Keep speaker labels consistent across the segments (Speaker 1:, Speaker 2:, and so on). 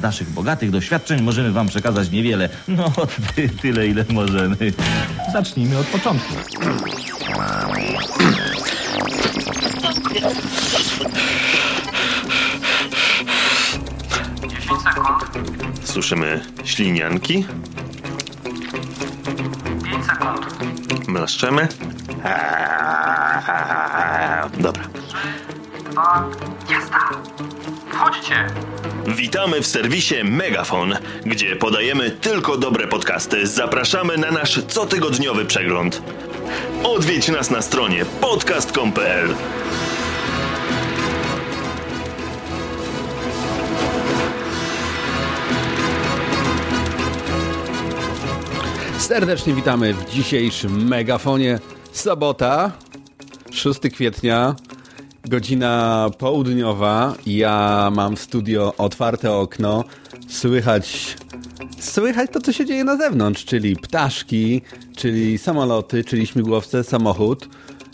Speaker 1: naszych bogatych doświadczeń możemy wam przekazać niewiele. No, tyle, ile możemy. Zacznijmy od początku.
Speaker 2: Słyszymy ślinianki.
Speaker 3: 5 sekund.
Speaker 2: Mlaszczemy. Dobra.
Speaker 3: 3, 2, jazda. Wchodźcie.
Speaker 2: Witamy w serwisie Megafon, gdzie podajemy tylko dobre podcasty. Zapraszamy na nasz cotygodniowy przegląd. Odwiedź nas na stronie podcast.com.pl.
Speaker 4: Serdecznie witamy w dzisiejszym Megafonie. Sobota, 6 kwietnia, godzina południowa. Ja mam w studio otwarte okno. Słychać to, co się dzieje na zewnątrz, czyli ptaszki, czyli samoloty, czyli śmigłowce, samochód.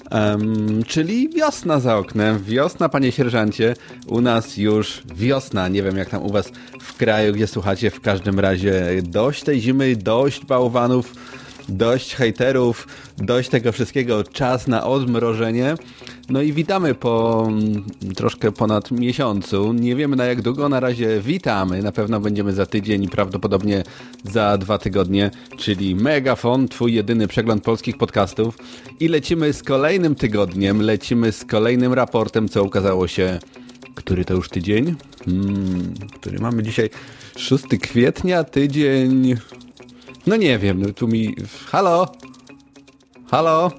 Speaker 4: Czyli wiosna za oknem. Wiosna, panie sierżancie. U nas już wiosna. Nie wiem, jak tam u was w kraju, gdzie słuchacie. W każdym razie dość tej zimy, dość bałwanów, dość hejterów, dość tego wszystkiego. Czas na odmrożenie. No i witamy po troszkę ponad miesiącu. Nie wiemy na jak długo. Na razie witamy. Na pewno będziemy za tydzień i prawdopodobnie za 2 tygodnie. Czyli Megafon, twój jedyny przegląd polskich podcastów. I lecimy z kolejnym tygodniem. Lecimy z kolejnym raportem, co ukazało się... Który to już tydzień? Który mamy dzisiaj? 6 kwietnia, tydzień... No nie wiem, no tu mi... Halo? Halo?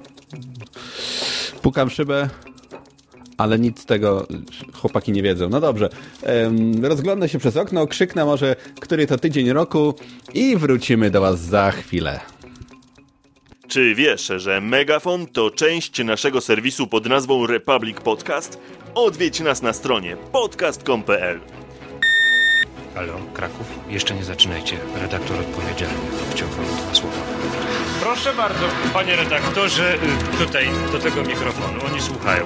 Speaker 4: Pukam w szybę, ale nic z tego chłopaki nie wiedzą. No dobrze, rozglądnę się przez okno, krzyknę może, który to tydzień roku i wrócimy do was za chwilę.
Speaker 2: Czy wiesz, że Megafon to część naszego serwisu pod nazwą Republic Podcast? Odwiedź nas na stronie podcast.com.pl.
Speaker 5: Halo, Kraków? Jeszcze nie zaczynajcie. Redaktor odpowiedzialny chciał wam 2 słowa. Proszę bardzo, panie redaktorze, tutaj do tego mikrofonu. Oni słuchają.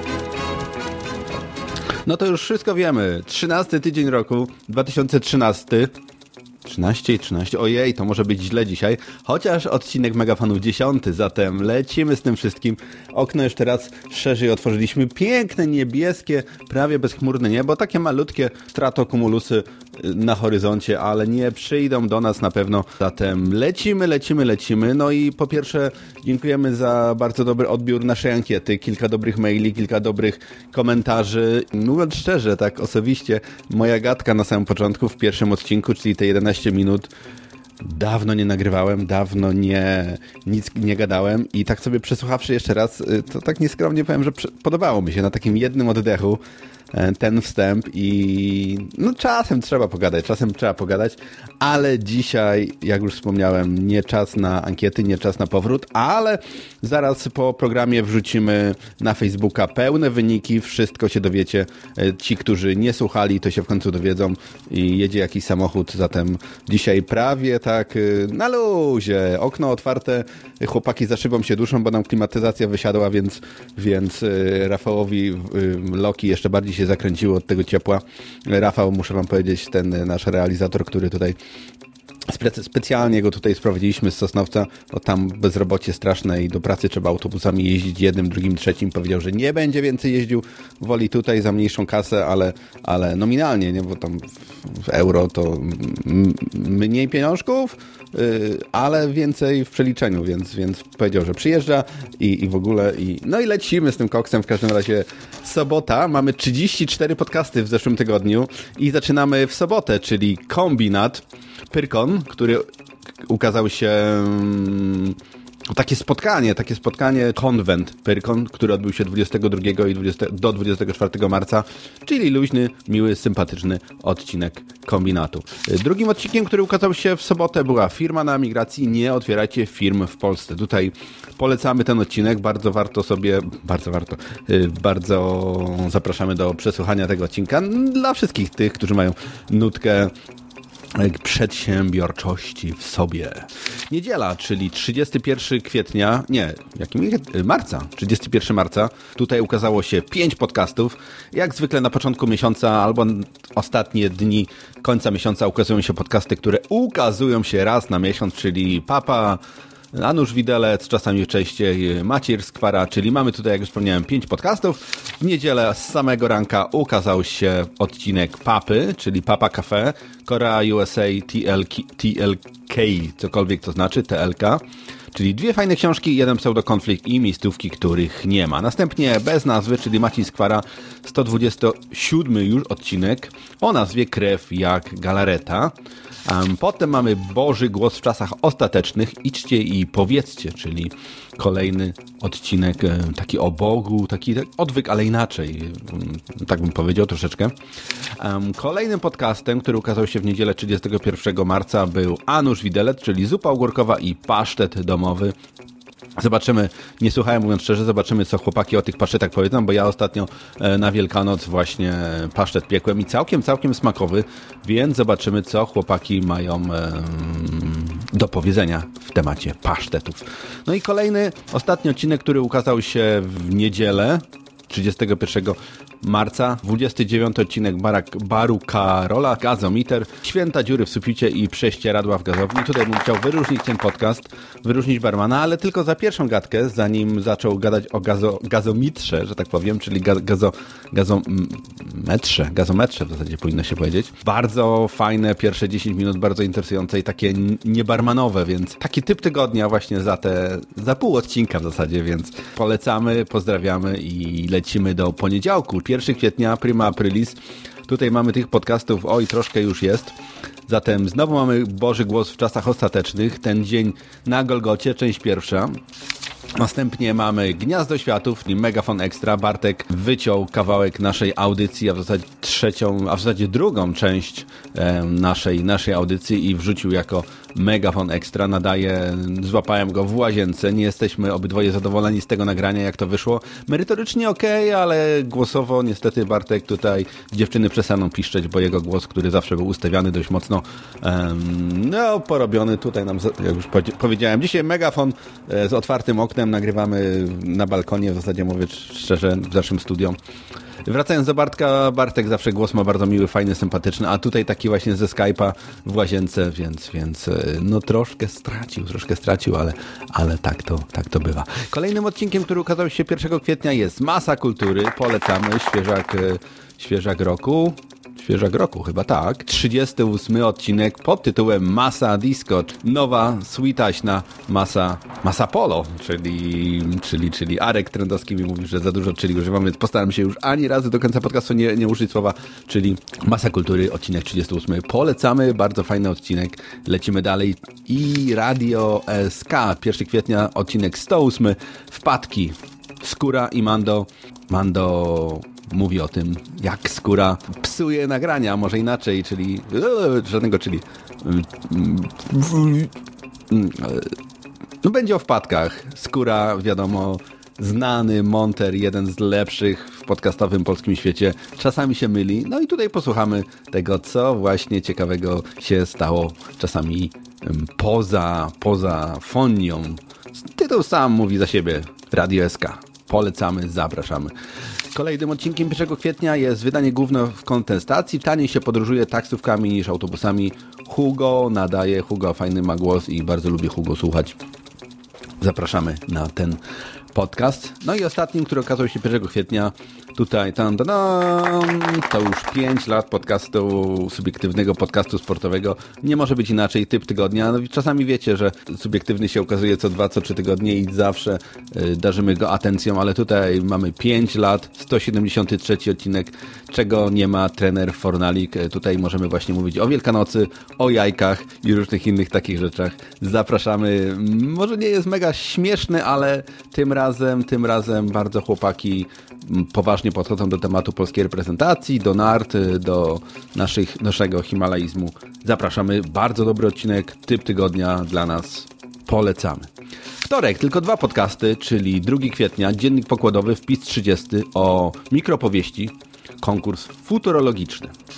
Speaker 4: No to już wszystko wiemy. 13 tydzień roku, 2013. 13 i 13. Ojej, to może być źle dzisiaj. Chociaż odcinek Megafonów 10, zatem lecimy z tym wszystkim. Okno już teraz szerzej otworzyliśmy. Piękne, niebieskie, prawie bezchmurne niebo. Takie malutkie stratokumulusy na horyzoncie, ale nie przyjdą do nas na pewno. Zatem lecimy. No i po pierwsze dziękujemy za bardzo dobry odbiór naszej ankiety. Kilka dobrych maili, kilka dobrych komentarzy. Mówiąc szczerze, tak osobiście, moja gadka na samym początku, w pierwszym odcinku, czyli te 11 minut, dawno nie nagrywałem, dawno nic nie gadałem i tak sobie przesłuchawszy jeszcze raz, to tak nieskromnie powiem, że podobało mi się na takim jednym oddechu ten wstęp i no czasem trzeba pogadać, ale dzisiaj, jak już wspomniałem, nie czas na ankiety, nie czas na powrót, ale zaraz po programie wrzucimy na Facebooka pełne wyniki, wszystko się dowiecie. Ci, którzy nie słuchali, to się w końcu dowiedzą i jedzie jakiś samochód, zatem dzisiaj prawie tak na luzie, okno otwarte, chłopaki za szybą się duszą, bo nam klimatyzacja wysiadła, więc Rafałowi Loki jeszcze bardziej się zakręciło od tego ciepła. Rafał, muszę wam powiedzieć, ten nasz realizator, który tutaj specjalnie go tutaj sprowadziliśmy z Sosnowca, bo tam bezrobocie straszne i do pracy trzeba autobusami jeździć jednym, drugim, trzecim. Powiedział, że nie będzie więcej jeździł, woli tutaj za mniejszą kasę, ale nominalnie, nie, bo tam w euro to mniej pieniążków, ale więcej w przeliczeniu, więc powiedział, że przyjeżdża i w ogóle. No i lecimy z tym koksem. W każdym razie sobota, mamy 34 podcasty w zeszłym tygodniu i zaczynamy w sobotę, czyli Kombinat, Pyrkon, który ukazał się... Takie spotkanie, konwent Pyrkon, który odbył się 22 do 24 marca, czyli luźny, miły, sympatyczny odcinek Kombinatu. Drugim odcinkiem, który ukazał się w sobotę, była firma na emigracji. Nie otwierajcie firm w Polsce. Tutaj polecamy ten odcinek, bardzo zapraszamy do przesłuchania tego odcinka dla wszystkich tych, którzy mają nutkę przedsiębiorczości w sobie. Niedziela, czyli 31 kwietnia, nie, marca, 31 marca. Tutaj ukazało się 5 podcastów. Jak zwykle na początku miesiąca albo ostatnie dni końca miesiąca ukazują się podcasty, które ukazują się raz na miesiąc, czyli Papa, Anusz Widelec, czasami częściej Maciej Skwara, czyli mamy tutaj, jak już wspomniałem, 5 podcastów. W niedzielę z samego ranka ukazał się odcinek Papy, czyli Papa Cafe, Korea USA TLK, cokolwiek to znaczy, TLK. Czyli 2 fajne książki, 1 pseudokonflikt i miejscówki, których nie ma. Następnie bez nazwy, czyli Maciej Skwara, 127 już odcinek o nazwie Krew jak galareta. Potem mamy Boży Głos w czasach ostatecznych, idźcie i powiedzcie, czyli kolejny odcinek taki o Bogu, taki odwyk, ale inaczej, tak bym powiedział troszeczkę. Kolejnym podcastem, który ukazał się w niedzielę 31 marca był Anusz Widelec, czyli zupa ogórkowa i pasztet domowy. Zobaczymy, nie słuchałem, mówiąc szczerze, zobaczymy, co chłopaki o tych pasztetach powiedzą, bo ja ostatnio na Wielkanoc właśnie pasztet piekłem i całkiem smakowy, więc zobaczymy, co chłopaki mają do powiedzenia w temacie pasztetów. No i kolejny, ostatni odcinek, który ukazał się w niedzielę 31 marca, 29 odcinek baru Karola, Gazomiter, święta dziury w suficie i prześcieradła w gazowni. Tutaj bym chciał wyróżnić ten podcast, wyróżnić barmana, ale tylko za pierwszą gadkę, zanim zaczął gadać o gazomitrze, że tak powiem, czyli gazometrze w zasadzie powinno się powiedzieć. Bardzo fajne pierwsze 10 minut, bardzo interesujące i takie niebarmanowe, więc taki typ tygodnia właśnie za pół odcinka w zasadzie, więc polecamy, pozdrawiamy i lecimy do poniedziałku. 1 kwietnia, prima aprilis. Tutaj mamy tych podcastów, oj, troszkę już jest. Zatem znowu mamy Boży Głos w czasach ostatecznych. Ten dzień na Golgocie, część pierwsza. Następnie mamy Gniazdo Światów, czyli Megafon Extra. Bartek wyciął kawałek naszej audycji, a w zasadzie drugą część naszej audycji i wrzucił jako Megafon Extra. Złapałem go w łazience. Nie jesteśmy obydwoje zadowoleni z tego nagrania, jak to wyszło. Merytorycznie okej, ale głosowo niestety Bartek tutaj dziewczyny przestaną piszczeć, bo jego głos, który zawsze był ustawiany dość mocno porobiony. Tutaj nam, jak już powiedziałem, dzisiaj Megafon z otwartym oknem, nagrywamy na balkonie, w zasadzie mówię szczerze, w naszym studio. Wracając do Bartka, Bartek zawsze głos ma bardzo miły, fajny, sympatyczny, a tutaj taki właśnie ze Skype'a w łazience, więc no troszkę stracił, ale tak to bywa. Kolejnym odcinkiem, który ukazał się 1 kwietnia jest Masa Kultury, polecamy, świeżak roku chyba, tak. 38 odcinek pod tytułem Masa Disco, nowa sweetaśna Masa Polo, czyli Arek Trendowski mi mówi, że za dużo czyli używam, więc postaram się już ani razu do końca podcastu nie użyć słowa, czyli Masa Kultury, odcinek 38. Polecamy, bardzo fajny odcinek, lecimy dalej. I Radio SK, 1 kwietnia, odcinek 108, Wpadki, Skóra i Mando mówi o tym, jak Skóra psuje nagrania, może inaczej, czyli no będzie o wpadkach. Skóra, wiadomo, znany monter, jeden z lepszych w podcastowym polskim świecie, czasami się myli, no i tutaj posłuchamy tego, co właśnie ciekawego się stało czasami poza fonią. Tytuł sam mówi za siebie, Radio SK. Polecamy, zapraszamy. Kolejnym odcinkiem 1 kwietnia jest wydanie gówno w kontestacji. Taniej się podróżuje taksówkami niż autobusami. Hugo nadaje, Hugo fajny ma głos i bardzo lubię Hugo słuchać. Zapraszamy na ten podcast. No i ostatnim, który okazał się 1 kwietnia, tutaj to już 5 lat subiektywnego podcastu sportowego. Nie może być inaczej, typ tygodnia. No, czasami wiecie, że subiektywny się ukazuje co 2, co 3 tygodnie i zawsze darzymy go atencją, ale tutaj mamy 5 lat, 173 odcinek, czego nie ma trener Fornalik. Tutaj możemy właśnie mówić o Wielkanocy, o jajkach i różnych innych takich rzeczach. Zapraszamy. Może nie jest mega śmieszny, ale tym razem bardzo chłopaki poważnie podchodzą do tematu polskiej reprezentacji, do nart, do naszego himalaizmu. Zapraszamy, bardzo dobry odcinek, typ tygodnia dla nas, polecamy. Wtorek, tylko 2 podcasty, czyli 2 kwietnia, Dziennik Pokładowy, wpis 30 o mikropowieści, konkurs futurologiczny.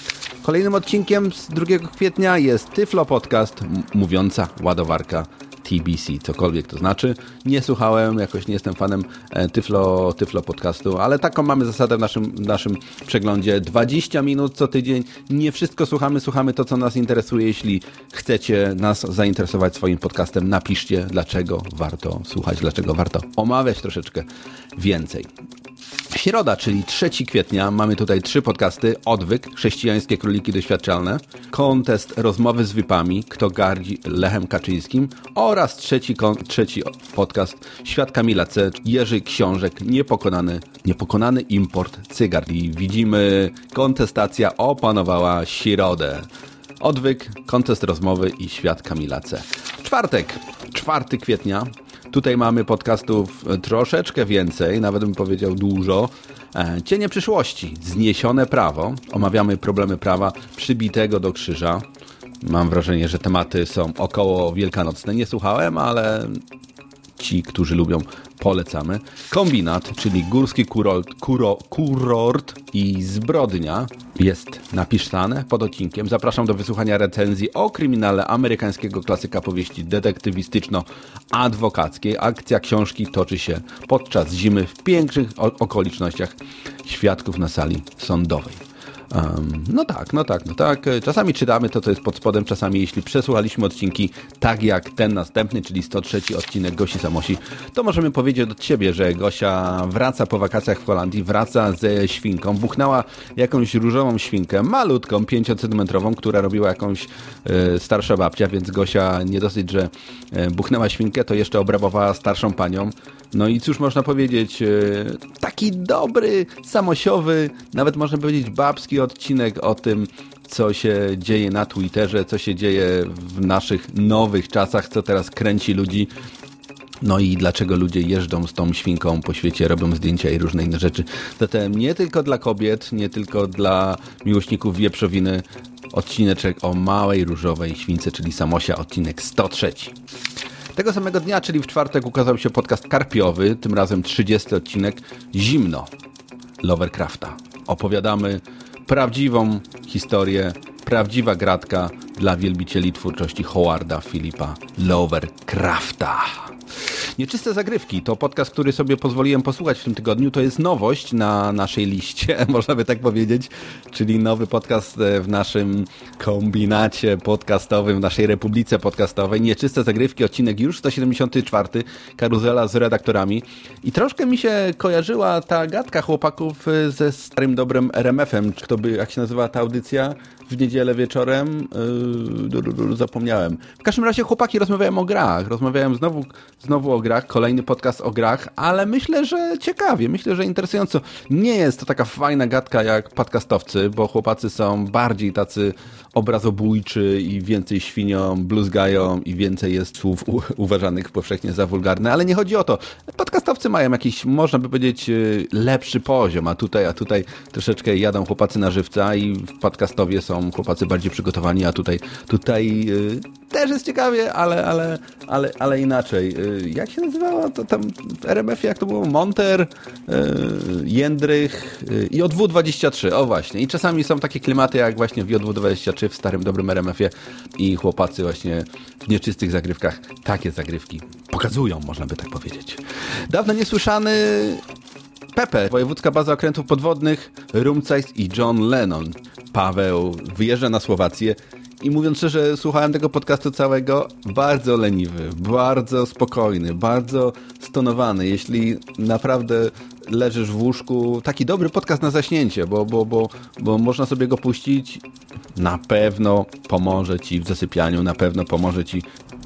Speaker 4: Kolejnym odcinkiem z 2 kwietnia jest Tyflo Podcast, mówiąca ładowarka TBC, cokolwiek to znaczy. Nie słuchałem, jakoś nie jestem fanem Tyflo Podcastu, ale taką mamy zasadę w naszym przeglądzie. 20 minut co tydzień, nie wszystko słuchamy to, co nas interesuje. Jeśli chcecie nas zainteresować swoim podcastem, napiszcie, dlaczego warto słuchać, dlaczego warto omawiać troszeczkę więcej. Środa, czyli 3 kwietnia, mamy tutaj 3 podcasty. Odwyk, chrześcijańskie króliki doświadczalne, kontest rozmowy z VIP-ami, kto gardzi Lechem Kaczyńskim oraz trzeci podcast Świat Kamila C. Jerzy Książek, niepokonany import cygar. I widzimy, kontestacja opanowała środę. Odwyk, kontest rozmowy i Świat Kamila C. Czwartek, 4 kwietnia. Tutaj mamy podcastów troszeczkę więcej, nawet bym powiedział dużo. Cienie przyszłości, zniesione prawo. Omawiamy problemy prawa przybitego do krzyża. Mam wrażenie, że tematy są około wielkanocne. Nie słuchałem, ale ci, którzy lubią, polecamy. Kombinat, czyli górski kurort i zbrodnia jest napisane pod odcinkiem. Zapraszam do wysłuchania recenzji o kryminale amerykańskiego klasyka powieści detektywistyczno-adwokackiej. Akcja książki toczy się podczas zimy w pięknych okolicznościach świadków na sali sądowej. No tak. Czasami czytamy to, co jest pod spodem, czasami jeśli przesłuchaliśmy odcinki, tak jak ten następny, czyli 103 odcinek Gosi Samosi, to możemy powiedzieć od siebie, że Gosia wraca po wakacjach w Holandii, wraca ze świnką, buchnęła jakąś różową świnkę, malutką, 500-metrową, która robiła jakąś starsza babcia, więc Gosia nie dosyć, że buchnęła świnkę, to jeszcze obrabowała starszą panią. No i cóż można powiedzieć, taki dobry, samosiowy, nawet można powiedzieć babski odcinek o tym, co się dzieje na Twitterze, co się dzieje w naszych nowych czasach, co teraz kręci ludzi. No i dlaczego ludzie jeżdżą z tą świnką po świecie, robią zdjęcia i różne inne rzeczy. Zatem nie tylko dla kobiet, nie tylko dla miłośników wieprzowiny, odcineczek o małej różowej śwince, czyli Samosia, odcinek 103. Tego samego dnia, czyli w czwartek, ukazał się podcast karpiowy, tym razem 30 odcinek, Zimno Lovecrafta. Opowiadamy prawdziwą historię, prawdziwa gratka dla wielbicieli twórczości Howarda Philippa Lovecrafta. Nieczyste zagrywki to podcast, który sobie pozwoliłem posłuchać w tym tygodniu. To jest nowość na naszej liście, można by tak powiedzieć, czyli nowy podcast w naszym kombinacie podcastowym, w naszej republice podcastowej. Nieczyste zagrywki, odcinek już 174, karuzela z redaktorami. I troszkę mi się kojarzyła ta gadka chłopaków ze starym dobrym RMF-em. Kto by, jak się nazywa ta audycja? W niedzielę wieczorem, zapomniałem. W każdym razie chłopaki rozmawiają o grach. Rozmawiałem znowu o grach, kolejny podcast o grach, ale myślę, że ciekawie, myślę, że interesująco. Nie jest to taka fajna gadka jak podcastowcy, bo chłopacy są bardziej tacy obrazobójczy i więcej świnią, bluzgają i więcej jest słów uważanych powszechnie za wulgarne, ale nie chodzi o to. Podcastowcy mają jakiś, można by powiedzieć, lepszy poziom, a tutaj troszeczkę jadą chłopacy na żywca i w podcastowie są chłopacy bardziej przygotowani, a tutaj też jest ciekawie, ale inaczej. Jak się nazywało to tam w RMF-ie, jak to było? Monter, Jędrych i ODW23, o właśnie. I czasami są takie klimaty jak właśnie w ODW23 w starym dobrym RMF-ie i chłopacy właśnie w nieczystych zagrywkach takie zagrywki pokazują, można by tak powiedzieć. Dawno niesłyszany Pepe, wojewódzka baza okrętów podwodnych, Rumcajs i John Lennon. Paweł wyjeżdża na Słowację i mówiąc szczerze, słuchałem tego podcastu całego, bardzo leniwy, bardzo spokojny, bardzo stonowany. Jeśli naprawdę leżysz w łóżku, taki dobry podcast na zaśnięcie, bo można sobie go puścić, na pewno pomoże ci w zasypianiu, na pewno pomoże ci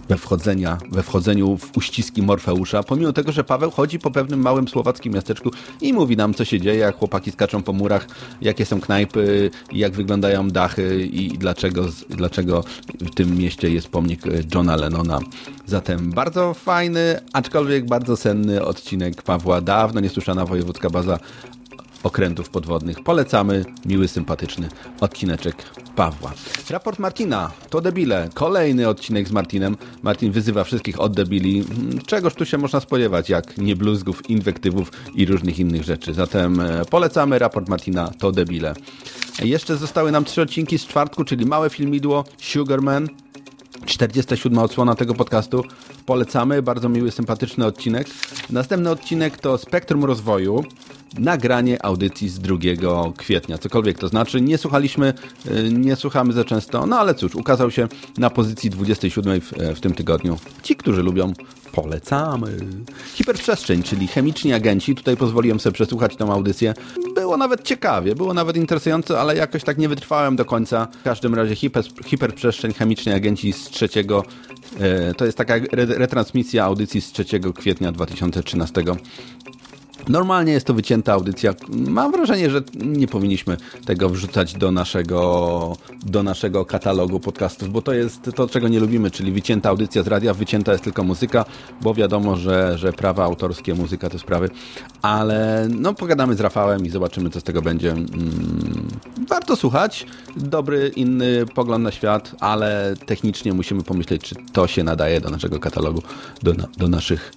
Speaker 4: we wchodzeniu w uściski Morfeusza, pomimo tego, że Paweł chodzi po pewnym małym słowackim miasteczku i mówi nam, co się dzieje, jak chłopaki skaczą po murach, jakie są knajpy, jak wyglądają dachy i dlaczego w tym mieście jest pomnik Johna Lennona. Zatem bardzo fajny, aczkolwiek bardzo senny odcinek Pawła. Dawno niesłyszana wojewódzka baza okrętów podwodnych. Polecamy, miły, sympatyczny odcineczek Pawła. Raport Martina, to debile. Kolejny odcinek z Martinem. Martin wyzywa wszystkich od debili. Czegoż tu się można spodziewać, jak nie bluzgów, inwektywów i różnych innych rzeczy. Zatem polecamy Raport Martina, to debile. Jeszcze zostały nam 3 odcinki z czwartku, czyli Małe Filmidło, Sugarman, 47 odsłona tego podcastu. Polecamy, bardzo miły, sympatyczny odcinek. Następny odcinek to Spektrum Rozwoju, nagranie audycji z 2 kwietnia. Cokolwiek to znaczy, nie słuchamy za często, no ale cóż, ukazał się na pozycji 27 w tym tygodniu. Ci, którzy lubią, polecamy. Hiperprzestrzeń, czyli chemiczni agenci. Tutaj pozwoliłem sobie przesłuchać tą audycję. Było nawet ciekawie, było nawet interesujące, ale jakoś tak nie wytrwałem do końca. W każdym razie hiperprzestrzeń, chemiczni agenci z 3. To jest taka retransmisja audycji z 3 kwietnia 2013. Normalnie jest to wycięta audycja. Mam wrażenie, że nie powinniśmy tego wrzucać do naszego katalogu podcastów, bo to jest to, czego nie lubimy, czyli wycięta audycja z radia, wycięta jest tylko muzyka, bo wiadomo, że prawa autorskie, muzyka to sprawy. Ale no pogadamy z Rafałem i zobaczymy, co z tego będzie. Warto słuchać. Dobry, inny pogląd na świat, ale technicznie musimy pomyśleć, czy to się nadaje do naszego katalogu, do naszych,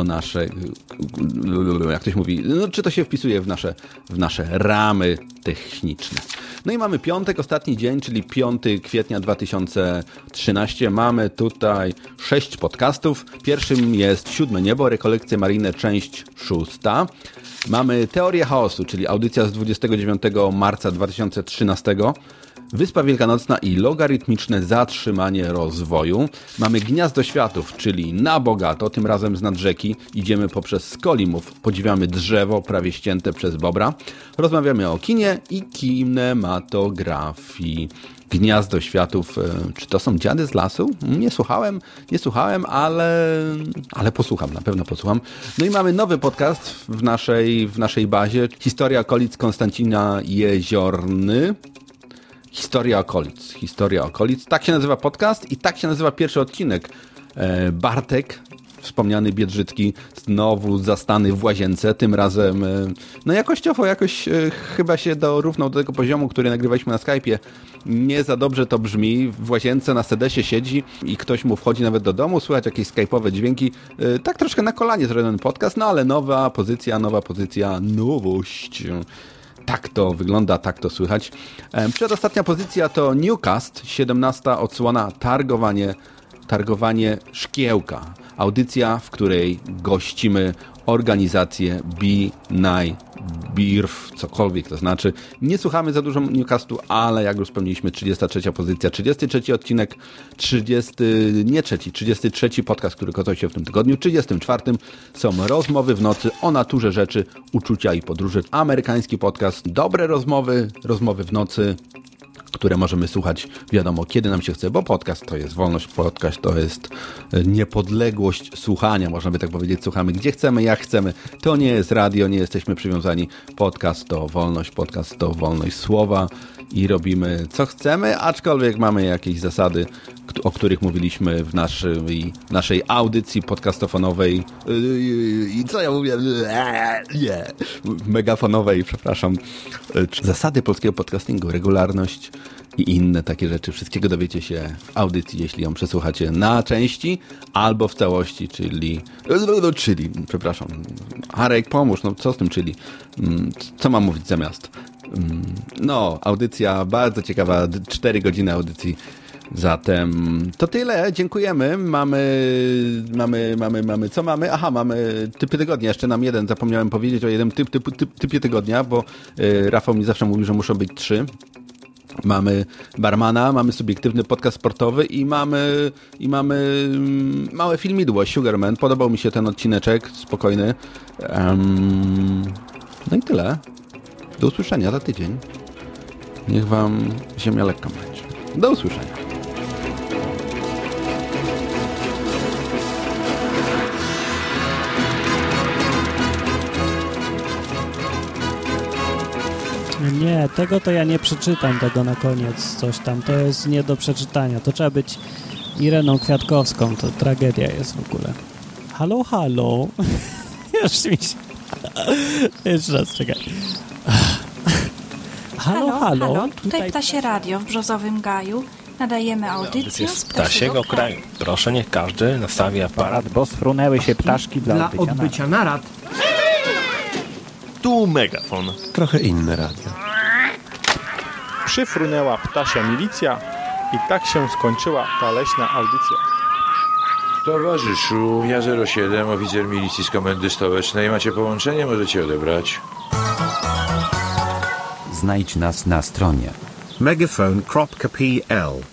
Speaker 4: jak ktoś mówi, no, czy to się wpisuje w nasze ramy techniczne. No i mamy piątek, ostatni dzień, czyli 5 kwietnia 2013. Mamy tutaj 6 podcastów. Pierwszym jest 7 Niebo, rekolekcje maryjne, część 6. Mamy Teorię Chaosu, czyli audycja z 29 marca 2013. Wyspa Wielkanocna i logarytmiczne zatrzymanie rozwoju. Mamy Gniazdo Światów, czyli na bogato, tym razem z nad rzeki. Idziemy poprzez Skolimów, podziwiamy drzewo prawie ścięte przez bobra. Rozmawiamy o kinie i kinematografii. Gniazdo Światów, czy to są Dziady z lasu? Nie słuchałem, ale posłucham, na pewno posłucham. No i mamy nowy podcast w naszej bazie. Historia okolic Konstancina Jeziorny. Historia okolic. Tak się nazywa podcast i tak się nazywa pierwszy odcinek. Bartek, wspomniany Biedrzycki, znowu zastany w łazience, tym razem no jakościowo chyba się równał do tego poziomu, który nagrywaliśmy na Skype'ie. Nie za dobrze to brzmi, w łazience na sedesie siedzi i ktoś mu wchodzi nawet do domu, słychać jakieś skype'owe dźwięki. Tak troszkę na kolanie zrobiony podcast, no ale nowa pozycja, nowość. Tak to wygląda, tak to słychać. Przedostatnia pozycja to Newcast, 17 odsłona Targowanie Szkiełka. Audycja, w której gościmy organizację Birf, cokolwiek to znaczy. Nie słuchamy za dużo Newcastu, ale jak już wspomnieliśmy, 33 pozycja, 33 odcinek, 33 podcast, który ukazał się w tym tygodniu, 34 są rozmowy w nocy o naturze rzeczy, uczucia i podróży. Amerykański podcast, dobre rozmowy w nocy, które możemy słuchać wiadomo kiedy nam się chce, bo podcast to jest wolność, podcast to jest niepodległość słuchania, można by tak powiedzieć, słuchamy gdzie chcemy, jak chcemy, to nie jest radio, nie jesteśmy przywiązani, podcast to wolność słowa i robimy co chcemy, aczkolwiek mamy jakieś zasady, o których mówiliśmy w naszej audycji podcastofonowej i co ja mówię? Megafonowej, przepraszam. Zasady polskiego podcastingu, regularność i inne takie rzeczy. Wszystkiego dowiecie się w audycji, jeśli ją przesłuchacie na części albo w całości, czyli przepraszam. Arek, pomóż, no co z tym czyli? Co mam mówić zamiast? No, audycja bardzo ciekawa, 4 godziny audycji. Zatem to tyle, dziękujemy. Mamy, co mamy? Aha, mamy typy tygodnia. Jeszcze nam jeden, zapomniałem powiedzieć o jednym typie tygodnia, bo Rafał mi zawsze mówił, że muszą być 3. Mamy barmana, mamy subiektywny podcast sportowy i mamy małe filmidło, Sugarman. Podobał mi się ten odcineczek, spokojny. No i tyle. Do usłyszenia za tydzień. Niech wam ziemia lekka będzie. Do usłyszenia.
Speaker 6: Nie, tego to ja nie przeczytam, tego na koniec coś tam. To jest nie do przeczytania. To trzeba być Ireną Kwiatkowską. To tragedia jest w ogóle. Halo, halo. Już mi się... Jeszcze raz, czekaj. Halo, halo.
Speaker 7: Tutaj Ptasie Radio w Brzozowym Gaju. Nadajemy audycję z
Speaker 8: Ptasiego Kraju. Proszę, niech każdy nastawi aparat,
Speaker 9: bo sfrunęły się ptaszki dla
Speaker 10: odbycia narad.
Speaker 2: Tu Megafon.
Speaker 11: Trochę inne radio.
Speaker 10: Przyfrunęła ptasia milicja i tak się skończyła ta leśna audycja.
Speaker 11: Towarzyszu, ja 07, oficer milicji z Komendy Stołecznej. Macie połączenie? Możecie odebrać.
Speaker 12: Znajdź nas na stronie
Speaker 13: megafon.pl